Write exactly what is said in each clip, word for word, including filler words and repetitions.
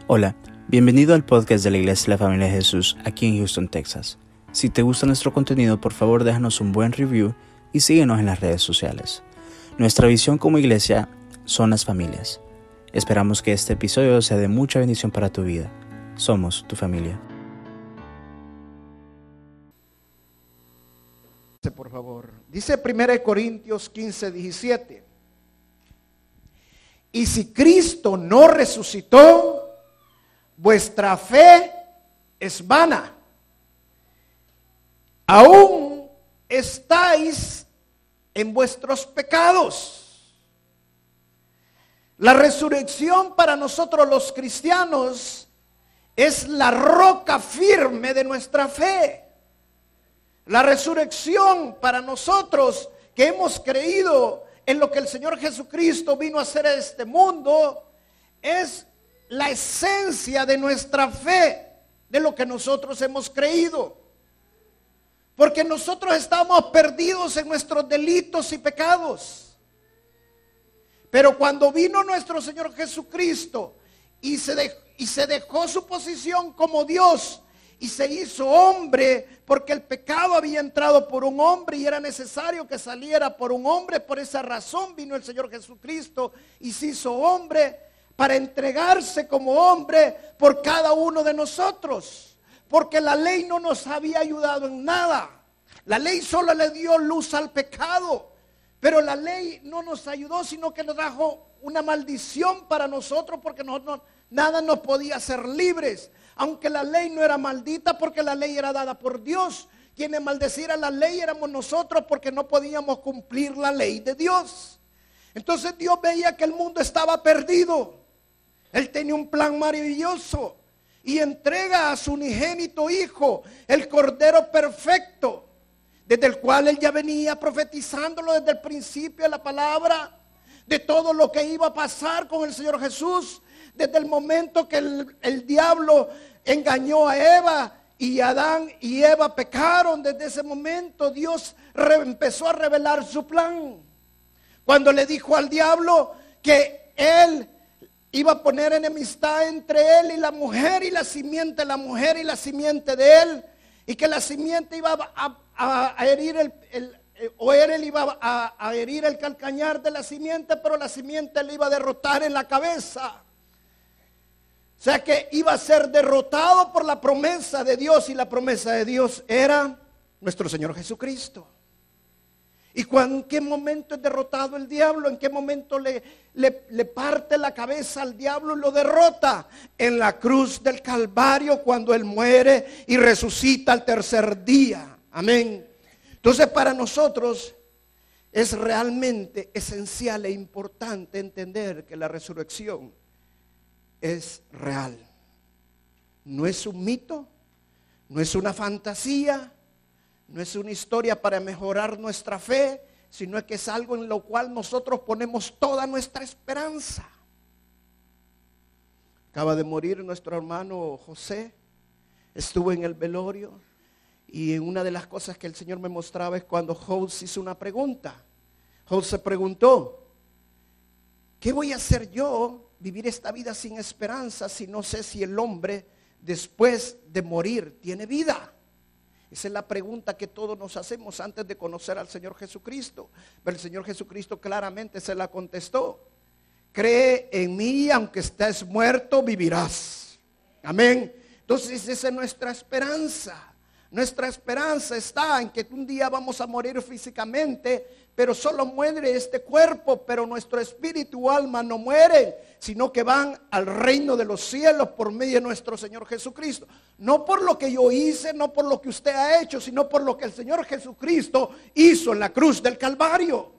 Hola, bienvenido al podcast de la Iglesia de la Familia de Jesús aquí en Houston, Texas. Si te gusta nuestro contenido, por favor déjanos un buen review y síguenos en las redes sociales. Nuestra visión como iglesia son las familias. Esperamos que este episodio sea de mucha bendición para tu vida. Somos tu familia. Por favor, dice primera de Corintios quince, diecisiete. Y si Cristo no resucitó, vuestra fe es vana. Aún estáis en vuestros pecados. La resurrección para nosotros los cristianos es la roca firme de nuestra fe. La resurrección para nosotros que hemos creído en lo que el Señor Jesucristo vino a hacer a este mundo es la esencia de nuestra fe, de lo que nosotros hemos creído. Porque nosotros estamos perdidos en nuestros delitos y pecados. Pero cuando vino nuestro Señor Jesucristo y se dejó, y se dejó su posición como Dios y se hizo hombre, porque el pecado había entrado por un hombre y era necesario que saliera por un hombre. Por esa razón vino el Señor Jesucristo y se hizo hombre para entregarse como hombre por cada uno de nosotros. Porque la ley no nos había ayudado en nada. La ley solo le dio luz al pecado. Pero la ley no nos ayudó, sino que nos trajo una maldición para nosotros, porque nosotros nada nos podía hacer libres. Aunque la ley no era maldita, porque la ley era dada por Dios. Quienes maldecieran la ley éramos nosotros, porque no podíamos cumplir la ley de Dios. Entonces Dios veía que el mundo estaba perdido. Él tenía un plan maravilloso y entrega a su unigénito Hijo, el Cordero perfecto, desde el cual Él ya venía profetizándolo desde el principio de la palabra, de todo lo que iba a pasar con el Señor Jesús, desde el momento que el, el diablo engañó a Eva y Adán y Eva pecaron. Desde ese momento Dios re, empezó a revelar su plan. Cuando le dijo al diablo que Él iba a poner enemistad entre él y la mujer, y la simiente de la mujer y la simiente de él, y que la simiente iba a, a, a herir el, el o él iba a, a herir el calcañar de la simiente, pero la simiente le iba a derrotar en la cabeza. O sea que iba a ser derrotado por la promesa de Dios, y la promesa de Dios era nuestro Señor Jesucristo. ¿Y en qué momento es derrotado el diablo? ¿En qué momento le, le, le parte la cabeza al diablo y lo derrota? En la cruz del Calvario, cuando Él muere y resucita al tercer día. Amén. Entonces para nosotros es realmente esencial e importante entender que la resurrección es real. No es un mito, no es una fantasía, no es una historia para mejorar nuestra fe, sino que es algo en lo cual nosotros ponemos toda nuestra esperanza. Acaba de morir nuestro hermano José. Estuve en el velorio y una de las cosas que el Señor me mostraba es cuando José hizo una pregunta. José preguntó: ¿qué voy a hacer yo, vivir esta vida sin esperanza, si no sé si el hombre después de morir tiene vida? Esa es la pregunta que todos nos hacemos antes de conocer al Señor Jesucristo. Pero el Señor Jesucristo claramente se la contestó: cree en mí, aunque estés muerto, vivirás. Amén. Entonces esa es nuestra esperanza. Nuestra esperanza está en que un día vamos a morir físicamente, pero solo muere este cuerpo, pero nuestro espíritu y alma no mueren, sino que van al reino de los cielos por medio de nuestro Señor Jesucristo. No por lo que yo hice, no por lo que usted ha hecho, sino por lo que el Señor Jesucristo hizo en la cruz del Calvario.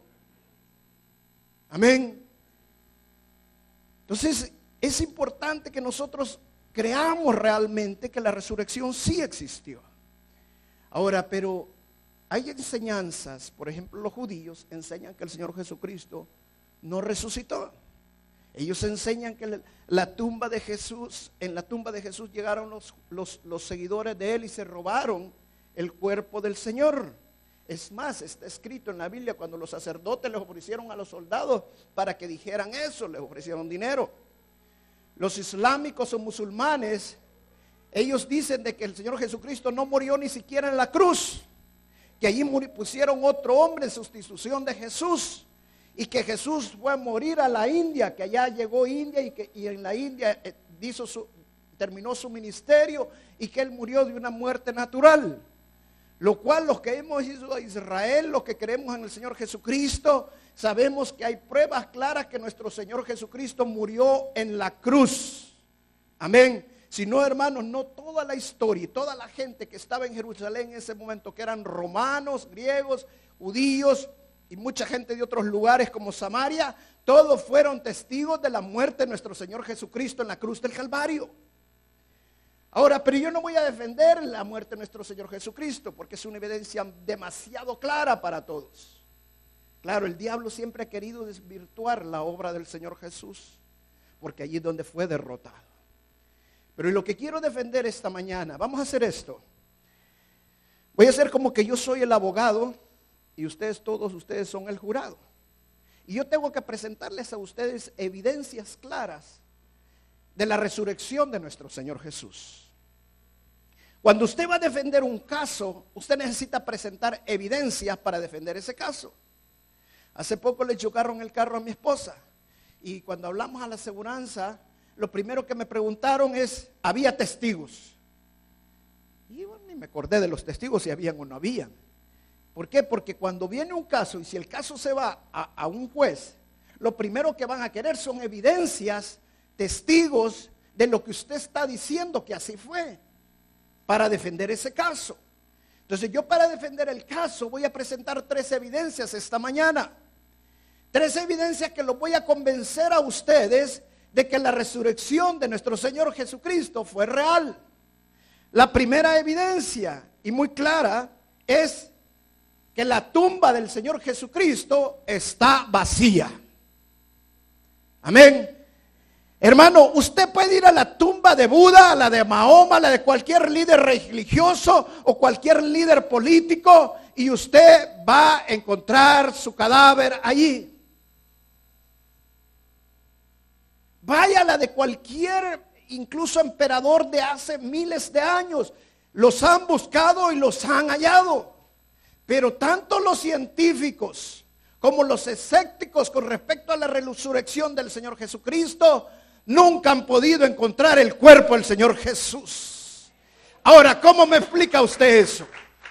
Amén. Entonces es importante que nosotros creamos realmente que la resurrección sí existió. Ahora, pero hay enseñanzas, por ejemplo, los judíos enseñan que el Señor Jesucristo no resucitó. Ellos enseñan que la tumba de Jesús, en la tumba de Jesús llegaron los, los, los seguidores de él y se robaron el cuerpo del Señor. Es más, está escrito en la Biblia cuando los sacerdotes les ofrecieron a los soldados para que dijeran eso, les ofrecieron dinero. los islámicos o musulmanes, ellos dicen de que el Señor Jesucristo no murió ni siquiera en la cruz, que allí pusieron otro hombre en sustitución de Jesús, y que Jesús fue a morir a la India, que allá llegó India y que y en la India hizo su, terminó su ministerio, y que él murió de una muerte natural. Lo cual los que hemos ido a Israel, los que creemos en el Señor Jesucristo, sabemos que hay pruebas claras que nuestro Señor Jesucristo murió en la cruz. Amén. Si no, hermanos, no toda la historia y toda la gente que estaba en Jerusalén en ese momento, que eran romanos, griegos, judíos y mucha gente de otros lugares como Samaria, todos fueron testigos de la muerte de nuestro Señor Jesucristo en la cruz del Calvario. Ahora, pero yo no voy a defender la muerte de nuestro Señor Jesucristo, porque es una evidencia demasiado clara para todos. Claro, el diablo siempre ha querido desvirtuar la obra del Señor Jesús, porque allí es donde fue derrotado. Pero lo que quiero defender esta mañana, vamos a hacer esto. Voy a hacer como que yo soy el abogado y ustedes, todos ustedes son el jurado. Y yo tengo que presentarles a ustedes evidencias claras de la resurrección de nuestro Señor Jesús. Cuando usted va a defender un caso, usted necesita presentar evidencias para defender ese caso. Hace poco le chocaron el carro a mi esposa, y cuando hablamos a la aseguranza, lo primero que me preguntaron es, ¿había testigos? Y bueno, ni me acordé de los testigos si habían o no habían. ¿Por qué? Porque cuando viene un caso, y si el caso se va a, a un juez, lo primero que van a querer son evidencias, testigos de lo que usted está diciendo que así fue, para defender ese caso. Entonces yo, para defender el caso, voy a presentar tres evidencias esta mañana. Tres evidencias que los voy a convencer a ustedes de que la resurrección de nuestro Señor Jesucristo fue real. La primera evidencia, y muy clara, es que la tumba del Señor Jesucristo está vacía. Amén. Hermano, usted puede ir a la tumba de Buda, a la de Mahoma, a la de cualquier líder religioso o cualquier líder político, y usted va a encontrar su cadáver allí. Vaya a la de cualquier, incluso emperador de hace miles de años. Los han buscado y los han hallado. Pero tanto los científicos como los escépticos con respecto a la resurrección del Señor Jesucristo nunca han podido encontrar el cuerpo del Señor Jesús. Ahora, ¿cómo me explica usted eso?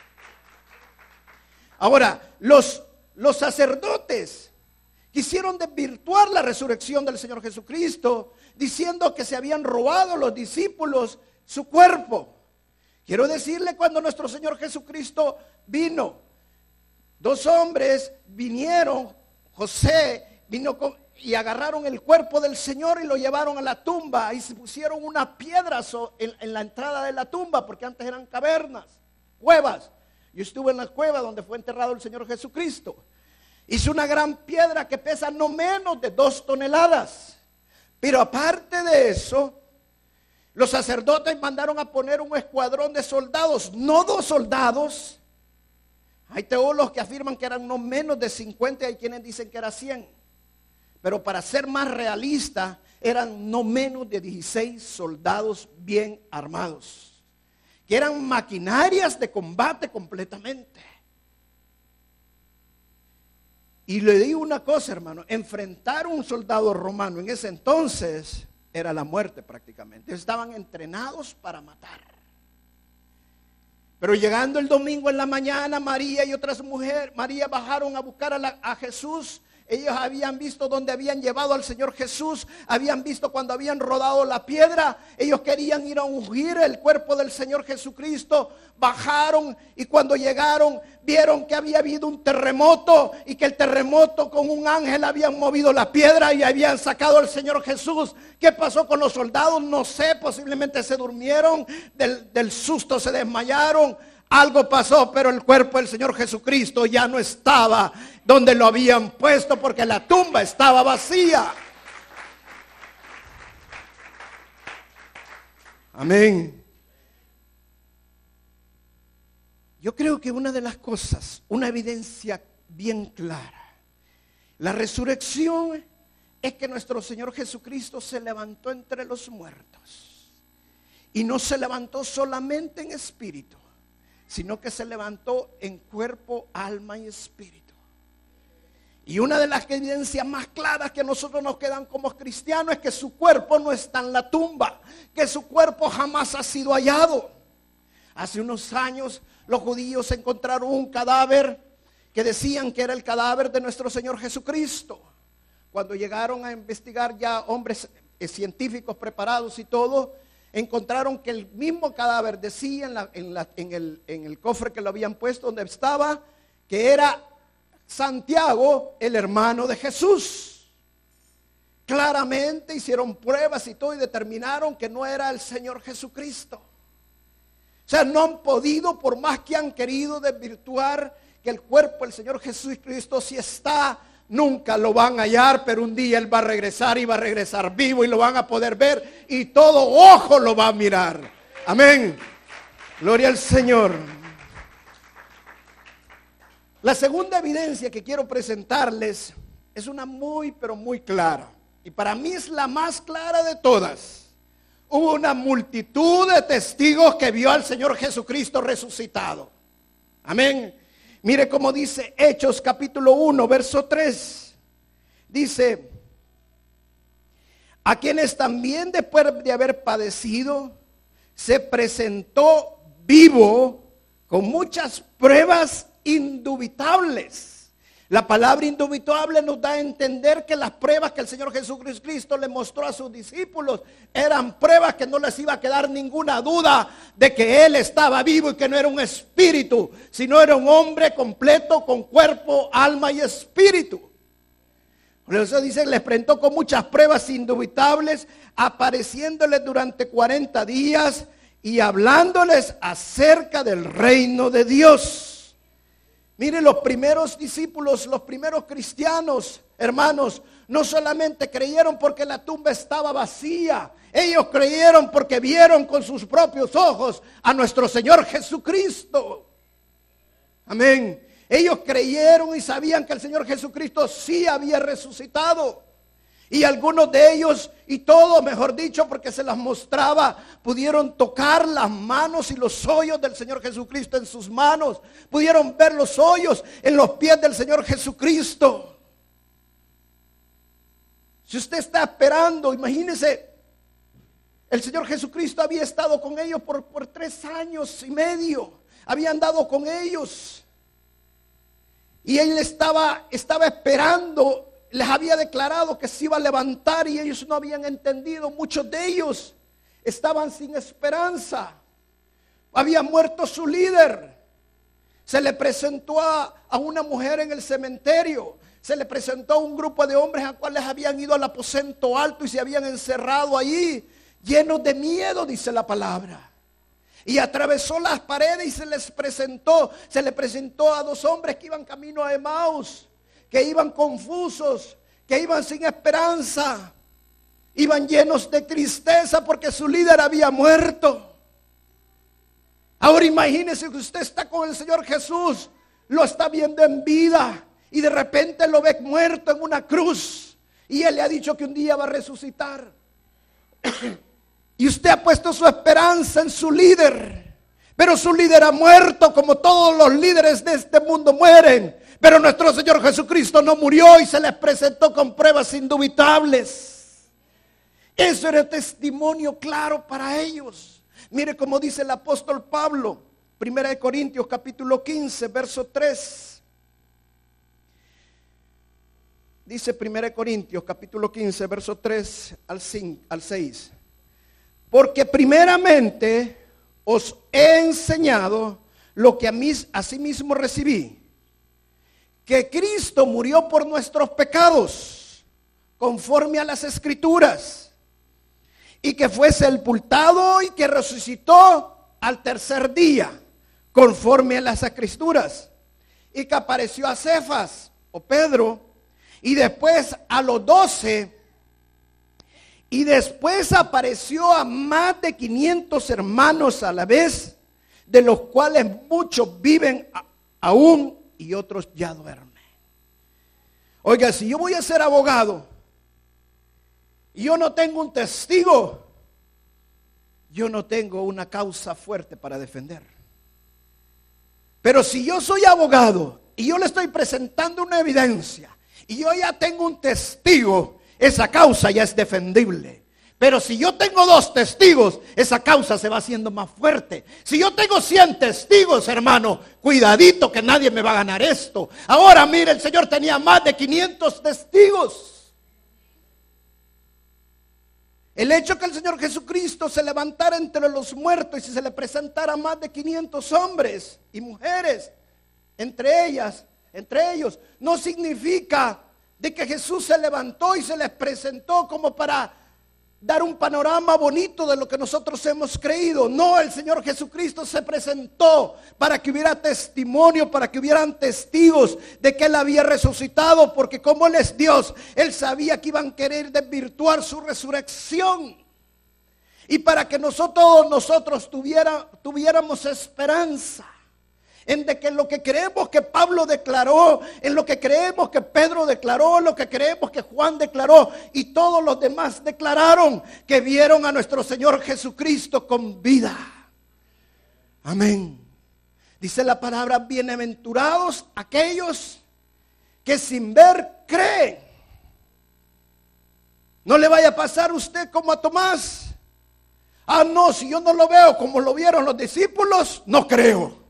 Ahora, los, los sacerdotes quisieron desvirtuar la resurrección del Señor Jesucristo, diciendo que se habían robado los discípulos su cuerpo. Quiero decirle, cuando nuestro Señor Jesucristo vino, dos hombres vinieron, José vino con, y agarraron el cuerpo del Señor y lo llevaron a la tumba, y se pusieron una piedra en, en la entrada de la tumba, porque antes eran cavernas, cuevas. Yo estuve en la cueva donde fue enterrado el Señor Jesucristo. Hizo una gran piedra que pesa no menos de dos toneladas. Pero aparte de eso, los sacerdotes mandaron a poner un escuadrón de soldados, no dos soldados. Hay teólogos que afirman que eran no menos de cincuenta, y hay quienes dicen que eran cien. Pero para ser más realista, eran no menos de dieciséis soldados bien armados, que eran maquinarias de combate completamente. Y le digo una cosa, hermano, enfrentar a un soldado romano en ese entonces era la muerte prácticamente. Estaban entrenados para matar. Pero llegando el domingo en la mañana, María y otras mujeres, María bajaron a buscar a, la, a Jesús. Ellos habían visto dónde habían llevado al Señor Jesús, habían visto cuando habían rodado la piedra. Ellos querían ir a ungir el cuerpo del Señor Jesucristo. Bajaron, y cuando llegaron vieron que había habido un terremoto, y que el terremoto con un ángel habían movido la piedra y habían sacado al Señor Jesús. ¿Qué pasó con los soldados? No sé, posiblemente se durmieron, del, del susto se desmayaron. Algo pasó, pero el cuerpo del Señor Jesucristo ya no estaba donde lo habían puesto, porque la tumba estaba vacía. Amén. Yo creo que una de las cosas, una evidencia bien clara, la resurrección es que nuestro Señor Jesucristo se levantó entre los muertos. Y no se levantó solamente en espíritu, sino que se levantó en cuerpo, alma y espíritu. Y una de las evidencias más claras que a nosotros nos quedan como cristianos es que su cuerpo no está en la tumba, que su cuerpo jamás ha sido hallado. Hace unos años los judíos encontraron un cadáver que decían que era el cadáver de nuestro Señor Jesucristo. Cuando llegaron a investigar ya hombres eh, científicos preparados y todo, encontraron que el mismo cadáver decía en, la, en, la, en, el, en el cofre que lo habían puesto donde estaba, que era Santiago, el hermano de Jesús. Claramente hicieron pruebas y todo y determinaron que no era el Señor Jesucristo. O sea, no han podido, por más que han querido desvirtuar que el cuerpo del Señor Jesucristo sí está, nunca lo van a hallar, pero un día Él va a regresar y va a regresar vivo y lo van a poder ver y todo ojo lo va a mirar. Amén. Gloria al Señor. La segunda evidencia que quiero presentarles es una muy, pero muy clara. Y para mí es la más clara de todas. Hubo una multitud de testigos que vio al Señor Jesucristo resucitado. Amén. Mire cómo dice Hechos capítulo uno, verso tres. Dice, a quienes también después de haber padecido, se presentó vivo con muchas pruebas indubitables. La palabra indubitable nos da a entender que las pruebas que el Señor Jesucristo le mostró a sus discípulos eran pruebas que no les iba a quedar ninguna duda de que Él estaba vivo y que no era un espíritu, sino era un hombre completo con cuerpo, alma y espíritu. Por eso dice, les presentó con muchas pruebas indubitables, apareciéndoles durante cuarenta días y hablándoles acerca del reino de Dios. Miren, los primeros discípulos, los primeros cristianos, hermanos, no solamente creyeron porque la tumba estaba vacía. Ellos creyeron porque vieron con sus propios ojos a nuestro Señor Jesucristo. Amén. Ellos creyeron y sabían que el Señor Jesucristo sí había resucitado. Y algunos de ellos, y todos, mejor dicho, porque se las mostraba, pudieron tocar las manos y los hoyos del Señor Jesucristo en sus manos. Pudieron ver los hoyos en los pies del Señor Jesucristo. Si usted está esperando, imagínese, el Señor Jesucristo había estado con ellos por, por tres años y medio. Había andado con ellos. Y Él estaba, estaba esperando. Les había declarado que se iba a levantar y ellos no habían entendido. Muchos de ellos estaban sin esperanza. Había muerto su líder. Se le presentó a, a una mujer en el cementerio. Se le presentó a un grupo de hombres a cuales habían ido al aposento alto y se habían encerrado allí, llenos de miedo, dice la palabra. Y atravesó las paredes y se les presentó. Se le presentó a dos hombres que iban camino a Emaús, que iban confusos, que iban sin esperanza, iban llenos de tristeza porque su líder había muerto. Ahora imagínese que usted está con el Señor Jesús, lo está viendo en vida y de repente lo ve muerto en una cruz y Él le ha dicho que un día va a resucitar. Y usted ha puesto su esperanza en su líder, pero su líder ha muerto como todos los líderes de este mundo mueren. Pero nuestro Señor Jesucristo no murió y se les presentó con pruebas indubitables. Eso era testimonio claro para ellos. Mire cómo dice el apóstol Pablo, Primera de Corintios capítulo quince, verso tres. Dice Primera de Corintios capítulo quince, verso tres al cinco, al seis. Porque primeramente os he enseñado lo que a mí asimismo recibí, que Cristo murió por nuestros pecados, conforme a las Escrituras, y que fue sepultado y que resucitó al tercer día, conforme a las Escrituras, y que apareció a Cefas, o Pedro, y después a los doce, y después apareció a más de quinientos hermanos a la vez, de los cuales muchos viven aún y otros ya duermen. Oiga, si yo voy a ser abogado y yo no tengo un testigo, yo no tengo una causa fuerte para defender. Pero si yo soy abogado y yo le estoy presentando una evidencia y yo ya tengo un testigo, esa causa ya es defendible. Pero si yo tengo dos testigos, esa causa se va haciendo más fuerte. Si yo tengo cien testigos, hermano, cuidadito que nadie me va a ganar esto. Ahora mire, el Señor tenía más de quinientos testigos. El hecho que el Señor Jesucristo se levantara entre los muertos y se le presentara a más de quinientos hombres y mujeres, entre ellas, entre ellos, no significa de que Jesús se levantó y se les presentó como para dar un panorama bonito de lo que nosotros hemos creído. No, el Señor Jesucristo se presentó para que hubiera testimonio, para que hubieran testigos de que Él había resucitado, porque como Él es Dios, Él sabía que iban a querer desvirtuar su resurrección. Y para que nosotros, nosotros tuviera, tuviéramos esperanza en de que lo que creemos que Pablo declaró, en lo que creemos que Pedro declaró, en lo que creemos que Juan declaró y todos los demás declararon, que vieron a nuestro Señor Jesucristo con vida. Amén. Dice la palabra: bienaventurados aquellos que sin ver creen. No le vaya a pasar a usted como a Tomás. Ah, no, si yo no lo veo como lo vieron los discípulos, no creo.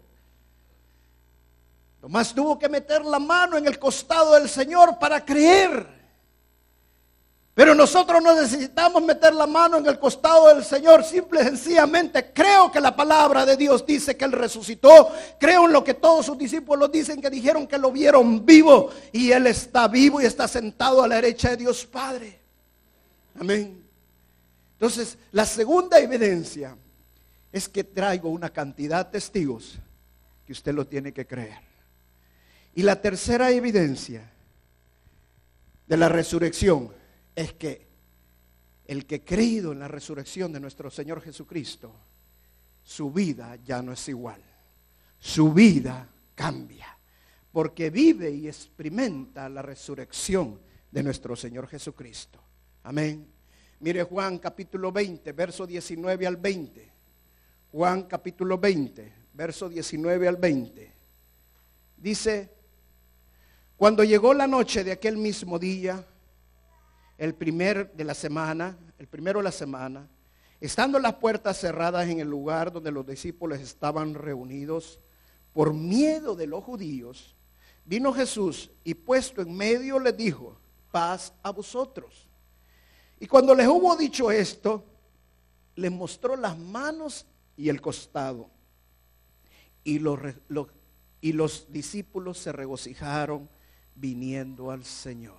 Tomás tuvo que meter la mano en el costado del Señor para creer. Pero nosotros no necesitamos meter la mano en el costado del Señor. Simple y sencillamente creo que la palabra de Dios dice que Él resucitó. Creo en lo que todos sus discípulos dicen, que dijeron que lo vieron vivo. Y Él está vivo y está sentado a la derecha de Dios Padre. Amén. Entonces, la segunda evidencia es que traigo una cantidad de testigos que usted lo tiene que creer. Y la tercera evidencia de la resurrección es que el que ha creído en la resurrección de nuestro Señor Jesucristo, su vida ya no es igual. Su vida cambia, porque vive y experimenta la resurrección de nuestro Señor Jesucristo. Amén. Mire Juan capítulo veinte, verso diecinueve al veinte. Juan capítulo veinte, verso diecinueve al veinte. Dice: cuando llegó la noche de aquel mismo día, el primer de la semana, el primero de la semana, estando las puertas cerradas en el lugar donde los discípulos estaban reunidos, por miedo de los judíos, vino Jesús y puesto en medio les dijo: paz a vosotros. Y cuando les hubo dicho esto, les mostró las manos y el costado. Y los, los, y los discípulos se regocijaron viniendo al Señor.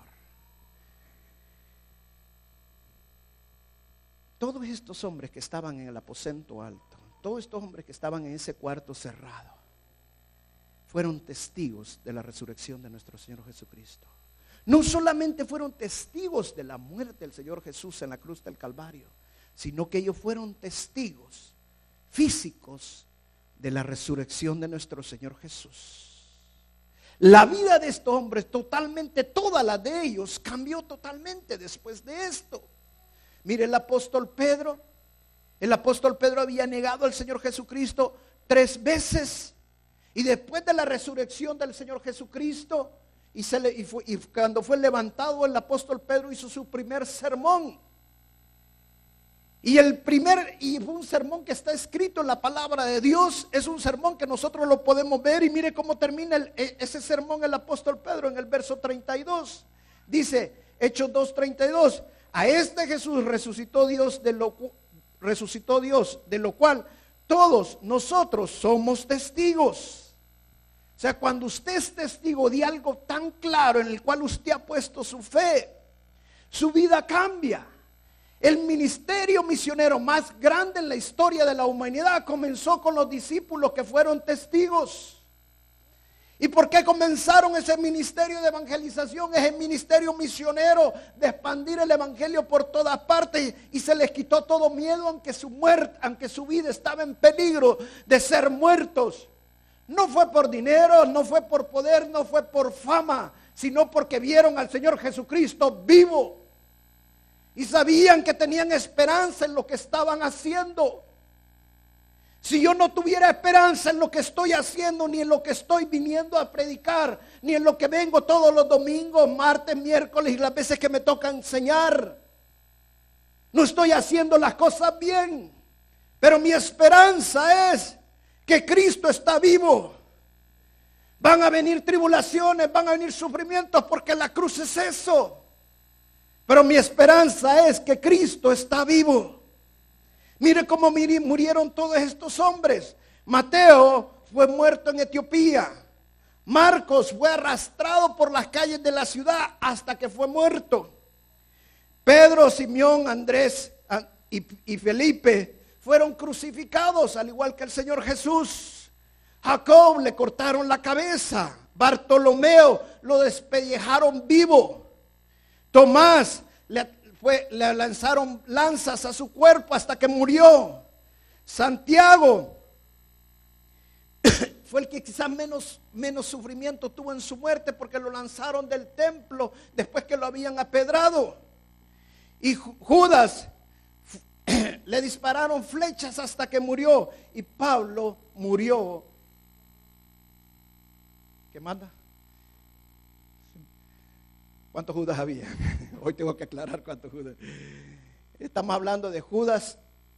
Todos estos hombres que estaban en el aposento alto, todos estos hombres que estaban en ese cuarto cerrado, fueron testigos de la resurrección de nuestro Señor Jesucristo. No solamente fueron testigos de la muerte del Señor Jesús en la cruz del Calvario, sino que ellos fueron testigos físicos de la resurrección de nuestro Señor Jesús. La vida de estos hombres, totalmente, toda la de ellos, cambió totalmente después de esto. Mire, el apóstol Pedro, el apóstol Pedro había negado al Señor Jesucristo tres veces. Y después de la resurrección del Señor Jesucristo, y, se le, y, fue, y cuando fue levantado, el apóstol Pedro hizo su primer sermón. Y el primer, y fue un sermón que está escrito en la palabra de Dios. Es un sermón que nosotros lo podemos ver. Y mire cómo termina el, ese sermón el apóstol Pedro en el verso treinta y dos. Dice, Hechos dos, treinta y dos. A este Jesús resucitó Dios, de lo, resucitó Dios, de lo cual todos nosotros somos testigos. O sea, cuando usted es testigo de algo tan claro en el cual usted ha puesto su fe, su vida cambia. El ministerio misionero más grande en la historia de la humanidad comenzó con los discípulos que fueron testigos. ¿Y por qué comenzaron ese ministerio de evangelización, ese ministerio misionero de expandir el evangelio por todas partes? Y se les quitó todo miedo, aunque su muerte, aunque su vida estaba en peligro de ser muertos. No fue por dinero, no fue por poder, no fue por fama, sino porque vieron al Señor Jesucristo vivo. y sabían que tenían esperanza en lo que estaban haciendo. Si yo no tuviera esperanza en lo que estoy haciendo, ni en lo que estoy viniendo a predicar, ni en lo que vengo todos los domingos, martes, miércoles y las veces que me toca enseñar, no estoy haciendo las cosas bien. Pero mi esperanza es que Cristo está vivo. Van a venir tribulaciones, van a venir sufrimientos, porque la cruz es eso. Pero mi esperanza es que Cristo está vivo. Mire cómo murieron todos estos hombres. Mateo fue muerto en Etiopía. Marcos fue arrastrado por las calles de la ciudad hasta que fue muerto. Pedro, Simeón, Andrés y Felipe fueron crucificados al igual que el Señor Jesús. Jacob le cortaron la cabeza. Bartolomeo lo despellejaron vivo. Tomás le Fue, le lanzaron lanzas a su cuerpo hasta que murió. Santiago fue el que quizás menos, menos sufrimiento tuvo en su muerte, porque lo lanzaron del templo después que lo habían apedrado. Y Judas le dispararon flechas hasta que murió. Y Pablo murió. ¿Qué manda? ¿Cuántos Judas había? Hoy tengo que aclarar cuántos Judas. Estamos hablando de Judas,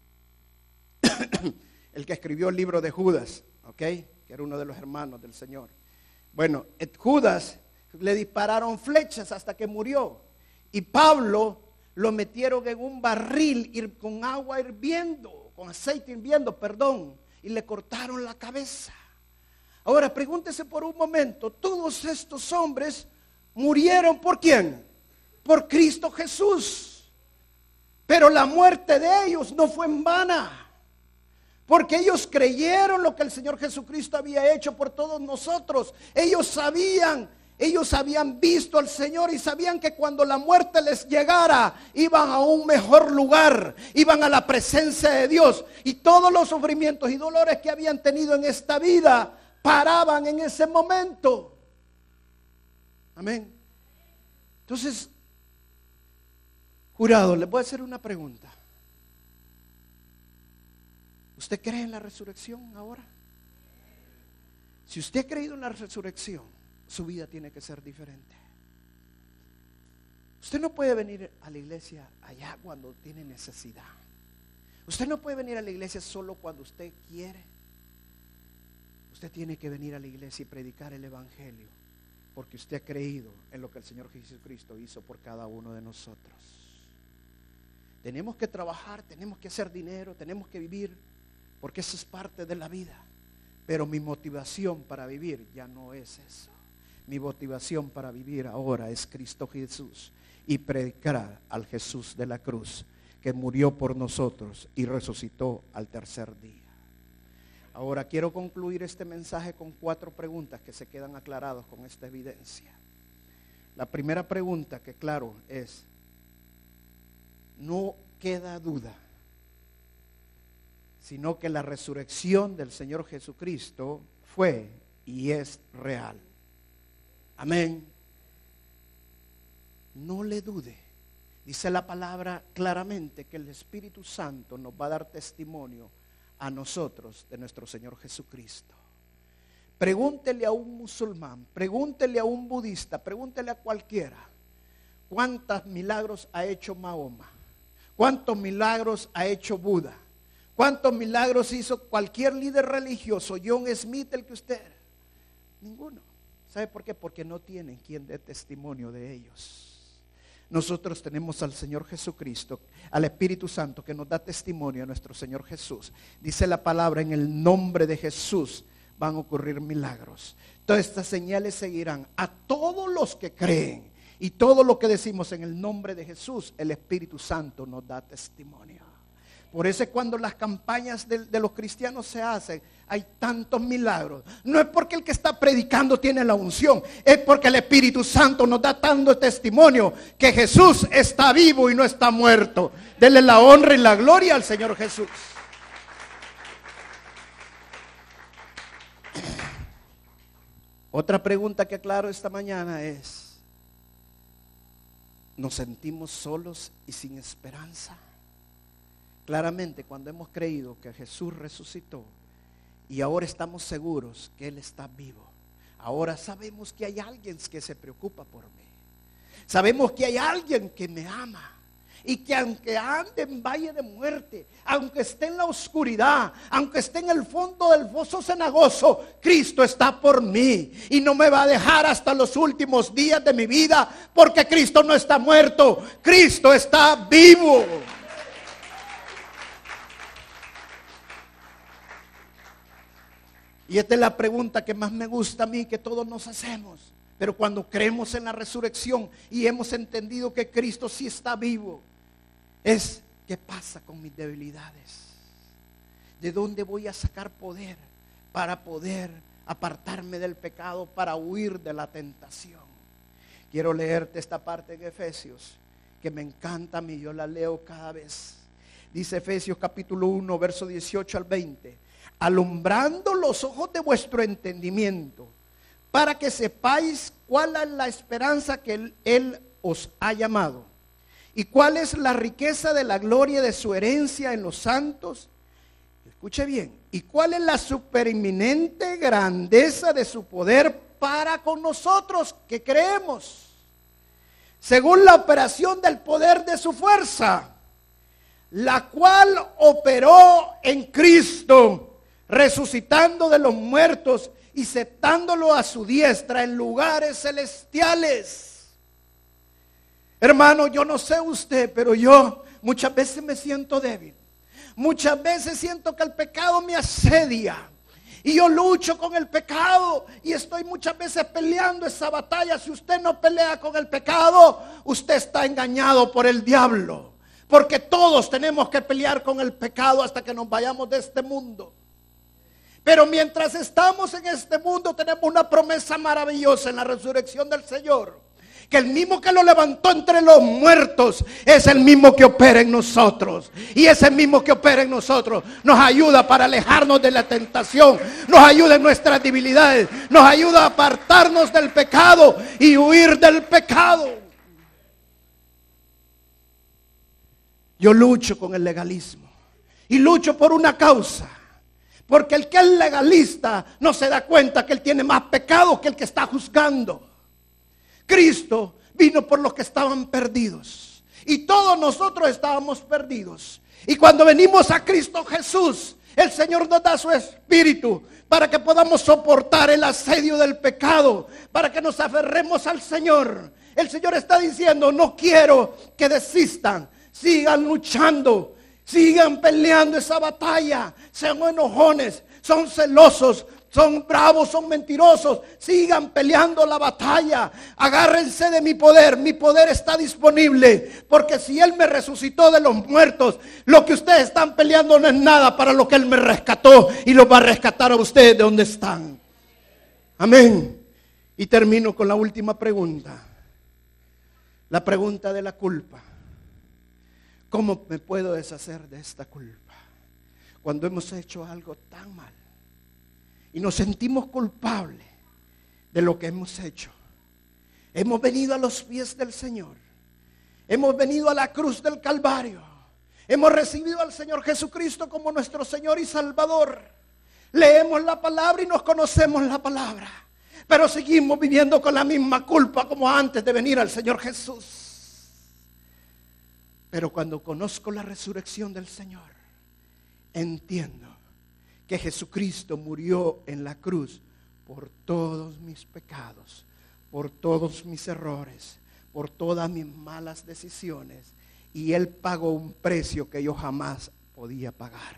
el que escribió el libro de Judas, ¿ok? Que era uno de los hermanos del Señor. Bueno, Judas le dispararon flechas hasta que murió. Y Pablo lo metieron en un barril con agua hirviendo, con aceite hirviendo, perdón, y le cortaron la cabeza. Ahora pregúntese por un momento, todos estos hombres murieron ¿por quién? Por Cristo Jesús. Pero la muerte de ellos no fue en vana, porque ellos creyeron lo que el Señor Jesucristo había hecho por todos nosotros. Ellos sabían, ellos habían visto al Señor y sabían que cuando la muerte les llegara, iban a un mejor lugar, iban a la presencia de Dios. Y todos los sufrimientos y dolores que habían tenido en esta vida paraban en ese momento. Amén. Entonces, jurado, les voy a hacer una pregunta. ¿Usted cree en la resurrección ahora? Si usted ha creído en la resurrección, su vida tiene que ser diferente. Usted no puede venir a la iglesia allá cuando tiene necesidad. Usted no puede venir a la iglesia solo cuando usted quiere. Usted tiene que venir a la iglesia y predicar el evangelio, porque usted ha creído en lo que el Señor Jesucristo hizo por cada uno de nosotros. Tenemos que trabajar, tenemos que hacer dinero, tenemos que vivir, porque eso es parte de la vida. Pero mi motivación para vivir ya no es eso. Mi motivación para vivir ahora es Cristo Jesús y predicar al Jesús de la cruz, que murió por nosotros y resucitó al tercer día. Ahora quiero concluir este mensaje con cuatro preguntas que se quedan aclaradas con esta evidencia. La primera pregunta, que claro es, no queda duda, sino que la resurrección del Señor Jesucristo fue y es real. Amén. No le dude. Dice la palabra claramente que el Espíritu Santo nos va a dar testimonio a nosotros de nuestro Señor Jesucristo. Pregúntele a un musulmán, pregúntele a un budista, pregúntele a cualquiera, ¿cuántos milagros ha hecho Mahoma? ¿Cuántos milagros ha hecho Buda? ¿Cuántos milagros hizo cualquier líder religioso? John Smith, el que usted. Ninguno. ¿Sabe por qué? Porque no tienen quien dé testimonio de ellos. Nosotros tenemos al Señor Jesucristo, al Espíritu Santo, que nos da testimonio a nuestro Señor Jesús. Dice la palabra, en el nombre de Jesús van a ocurrir milagros. Todas estas señales seguirán a todos los que creen. Y todo lo que decimos en el nombre de Jesús, el Espíritu Santo nos da testimonio. Por eso es cuando las campañas de, de los cristianos se hacen, hay tantos milagros. No es porque el que está predicando tiene la unción, es porque el Espíritu Santo nos da tanto testimonio que Jesús está vivo y no está muerto. Denle la honra y la gloria al Señor Jesús. Otra pregunta que aclaro esta mañana es, nos sentimos solos y sin esperanza. Claramente, cuando hemos creído que Jesús resucitó y ahora estamos seguros que Él está vivo, ahora sabemos que hay alguien que se preocupa por mí. Sabemos que hay alguien que me ama. Y que aunque ande en valle de muerte, aunque esté en la oscuridad, aunque esté en el fondo del foso cenagoso, Cristo está por mí y no me va a dejar hasta los últimos días de mi vida, porque Cristo no está muerto, Cristo está vivo. Y esta es la pregunta que más me gusta a mí, que todos nos hacemos. Pero cuando creemos en la resurrección y hemos entendido que Cristo sí está vivo, es: ¿qué pasa con mis debilidades? ¿De dónde voy a sacar poder para poder apartarme del pecado, para huir de la tentación? Quiero leerte esta parte en Efesios, que me encanta a mí, yo la leo cada vez. Dice Efesios capítulo uno, verso dieciocho al veinte: alumbrando los ojos de vuestro entendimiento, para que sepáis cuál es la esperanza que él, él os ha llamado, y cuál es la riqueza de la gloria de su herencia en los santos. Escuche bien. Y cuál es la supereminente grandeza de su poder para con nosotros que creemos, según la operación del poder de su fuerza, la cual operó en Cristo, resucitando de los muertos y sentándolo a su diestra en lugares celestiales. Hermano, yo no sé usted, pero yo muchas veces me siento débil. Muchas veces siento que el pecado me asedia. Y yo lucho con el pecado y estoy muchas veces peleando esa batalla. Si usted no pelea con el pecado, usted está engañado por el diablo. Porque todos tenemos que pelear con el pecado hasta que nos vayamos de este mundo. Pero mientras estamos en este mundo tenemos una promesa maravillosa en la resurrección del Señor. Que el mismo que lo levantó entre los muertos es el mismo que opera en nosotros. Y ese mismo que opera en nosotros nos ayuda para alejarnos de la tentación, nos ayuda en nuestras debilidades, nos ayuda a apartarnos del pecado y huir del pecado. Yo lucho con el legalismo y lucho por una causa. Porque el que es legalista no se da cuenta que él tiene más pecado que el que está juzgando. Cristo vino por los que estaban perdidos y todos nosotros estábamos perdidos. Y cuando venimos a Cristo Jesús, el Señor nos da su Espíritu para que podamos soportar el asedio del pecado, para que nos aferremos al Señor. El Señor está diciendo: no quiero que desistan, sigan luchando, sigan peleando esa batalla. Sean enojones, son celosos, son bravos, son mentirosos, sigan peleando la batalla. Agárrense de mi poder, mi poder está disponible. Porque si Él me resucitó de los muertos, lo que ustedes están peleando no es nada para lo que Él me rescató, y los va a rescatar a ustedes de donde están. Amén. Y termino con la última pregunta. La pregunta de la culpa. ¿Cómo me puedo deshacer de esta culpa? Cuando hemos hecho algo tan mal y nos sentimos culpables de lo que hemos hecho. Hemos venido a los pies del Señor. Hemos venido a la cruz del Calvario. Hemos recibido al Señor Jesucristo como nuestro Señor y Salvador. Leemos la palabra y nos conocemos la palabra. Pero seguimos viviendo con la misma culpa como antes de venir al Señor Jesús. Pero cuando conozco la resurrección del Señor, entiendo que Jesucristo murió en la cruz por todos mis pecados, por todos mis errores, por todas mis malas decisiones, y Él pagó un precio que yo jamás podía pagar.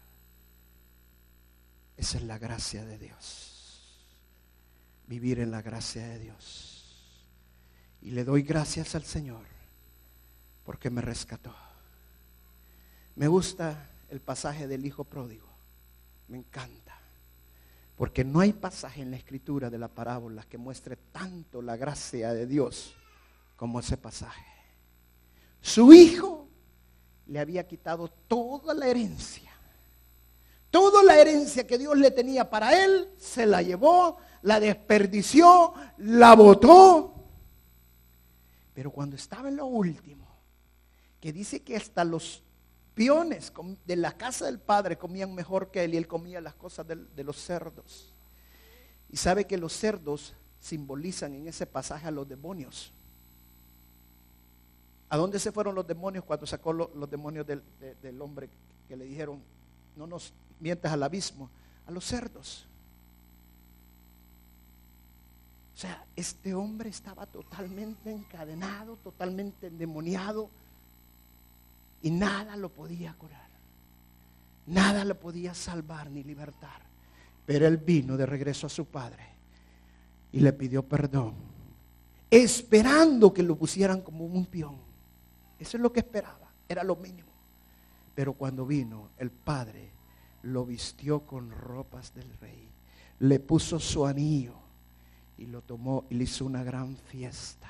Esa es la gracia de Dios, vivir en la gracia de Dios. Y le doy gracias al Señor porque me rescató. Me gusta el pasaje del hijo pródigo. Me encanta, porque no hay pasaje en la escritura de la parábola que muestre tanto la gracia de Dios como ese pasaje. Su hijo le había quitado toda la herencia, toda la herencia que Dios le tenía para él, se la llevó, la desperdició, la botó. Pero cuando estaba en lo último, que dice que hasta los peones de la casa del padre comían mejor que él, y él comía las cosas de, de los cerdos. Y sabe que los cerdos simbolizan en ese pasaje a los demonios. ¿A dónde se fueron los demonios cuando sacó lo, los demonios del, de, del hombre que le dijeron, no nos mientas al abismo? A los cerdos. O sea, este hombre estaba totalmente encadenado, totalmente endemoniado, y nada lo podía curar, nada lo podía salvar ni libertar. Pero él vino de regreso a su padre y le pidió perdón, esperando que lo pusieran como un peón. Eso es lo que esperaba, era lo mínimo. Pero cuando vino, el padre lo vistió con ropas del rey, le puso su anillo y lo tomó y le hizo una gran fiesta.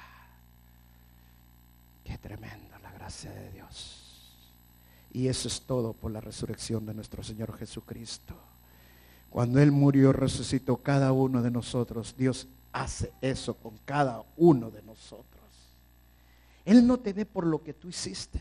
Qué tremenda la gracia de Dios. Y eso es todo por la resurrección de nuestro Señor Jesucristo. Cuando Él murió, resucitó cada uno de nosotros. Dios hace eso con cada uno de nosotros. Él no te ve por lo que tú hiciste.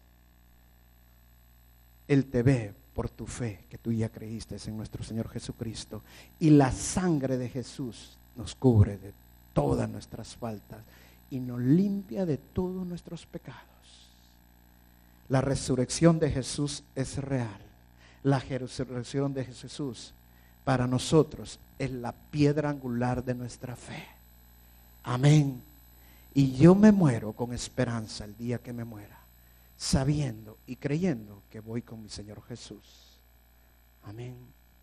Él te ve por tu fe que tú ya creíste en nuestro Señor Jesucristo. Y la sangre de Jesús nos cubre de todas nuestras faltas y nos limpia de todos nuestros pecados. La resurrección de Jesús es real. La resurrección de Jesús para nosotros es la piedra angular de nuestra fe. Amén. Y yo me muero con esperanza el día que me muera, sabiendo y creyendo que voy con mi Señor Jesús. Amén.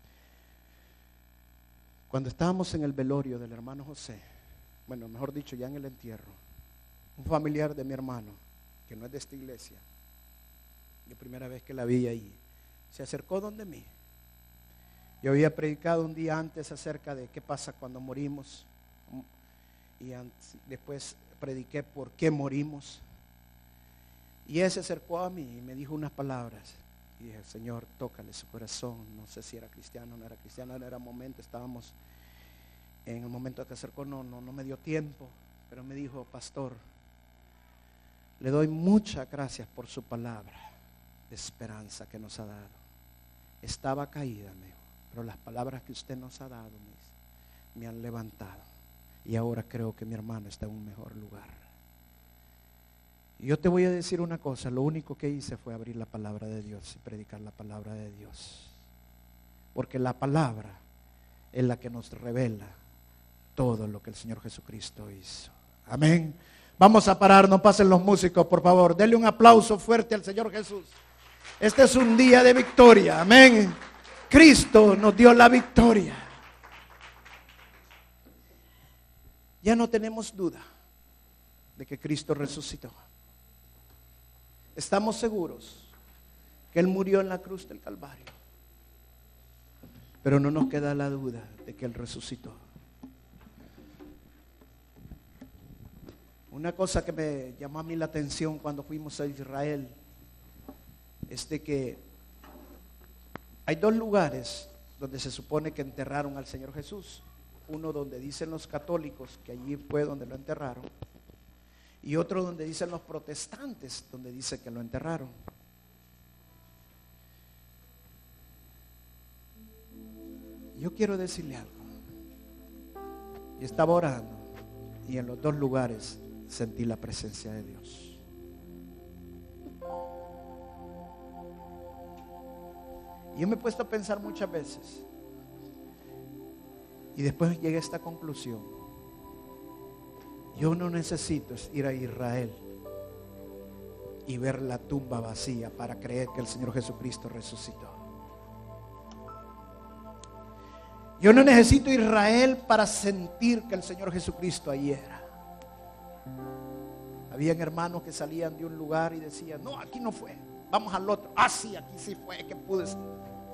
Cuando estábamos en el velorio del hermano José, bueno, mejor dicho, ya en el entierro, un familiar de mi hermano, que no es de esta iglesia, la primera vez que la vi ahí, se acercó donde mí. Yo había predicado un día antes acerca de qué pasa cuando morimos, y antes, después prediqué por qué morimos. Y él se acercó a mí y me dijo unas palabras. Y dije, Señor, tócale su corazón. No sé si era cristiano o no era cristiano, no era momento, estábamos en el momento que se acercó, no, no, no me dio tiempo. Pero me dijo, pastor, le doy muchas gracias por su palabra de esperanza que nos ha dado. Estaba caída, me dijo, pero las palabras que usted nos ha dado me, me han levantado. Y ahora creo que mi hermano está en un mejor lugar. Y yo te voy a decir una cosa, lo único que hice fue abrir la palabra de Dios y predicar la palabra de Dios. Porque la palabra es la que nos revela todo lo que el Señor Jesucristo hizo. Amén. Vamos a parar, no pasen los músicos, por favor. Denle un aplauso fuerte al Señor Jesús. Este es un día de victoria. Amén. Cristo nos dio la victoria. Ya no tenemos duda de que Cristo resucitó. Estamos seguros que Él murió en la cruz del Calvario. Pero no nos queda la duda de que Él resucitó. Una cosa que me llamó a mí la atención cuando fuimos a Israel es de que hay dos lugares donde se supone que enterraron al Señor Jesús. Uno donde dicen los católicos que allí fue donde lo enterraron, y otro donde dicen los protestantes, donde dice que lo enterraron. Yo quiero decirle algo. Yo estaba orando y en los dos lugares sentí la presencia de Dios. Yo me he puesto a pensar muchas veces y después llegué a esta conclusión. Yo no necesito ir a Israel y ver la tumba vacía para creer que el Señor Jesucristo resucitó. Yo no necesito Israel para sentir que el Señor Jesucristo allí era. Habían hermanos que salían de un lugar y decían, no, aquí no fue, vamos al otro. Ah, sí, aquí sí fue, que pude ser.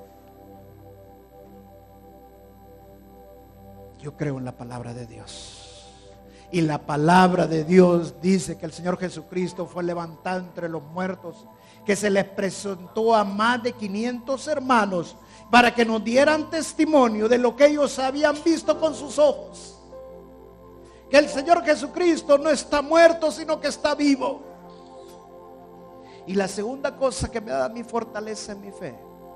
Yo creo en la palabra de Dios. Y la palabra de Dios dice que el Señor Jesucristo fue levantado entre los muertos, que se les presentó a más de quinientos hermanos para que nos dieran testimonio de lo que ellos habían visto con sus ojos. que el Señor Jesucristo no está muerto, sino que está vivo. Y la segunda cosa que me da mi fortaleza en mi fe,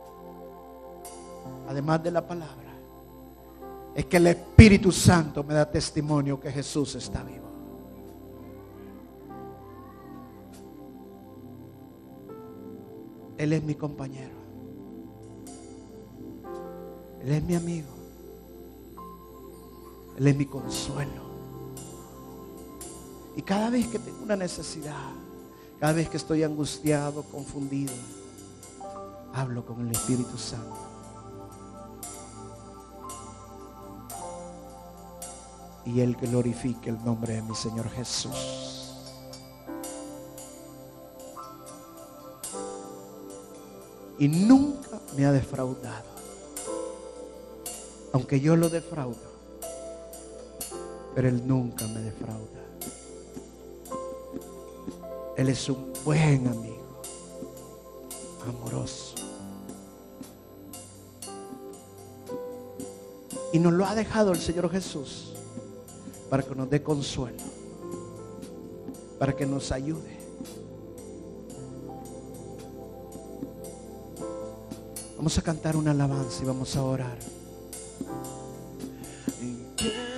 además de la palabra, es que el Espíritu Santo me da testimonio que Jesús está vivo. Él es mi compañero. Él es mi amigo. Él es mi consuelo. Y cada vez que tengo una necesidad, cada vez que estoy angustiado, confundido, hablo con el Espíritu Santo. Y Él glorifique el nombre de mi Señor Jesús. Y nunca me ha defraudado. Aunque yo lo defraudo, pero Él nunca me defrauda. Él es un buen amigo, amoroso. Y nos lo ha dejado el Señor Jesús para que nos dé consuelo, para que nos ayude. Vamos a cantar una alabanza y vamos a orar.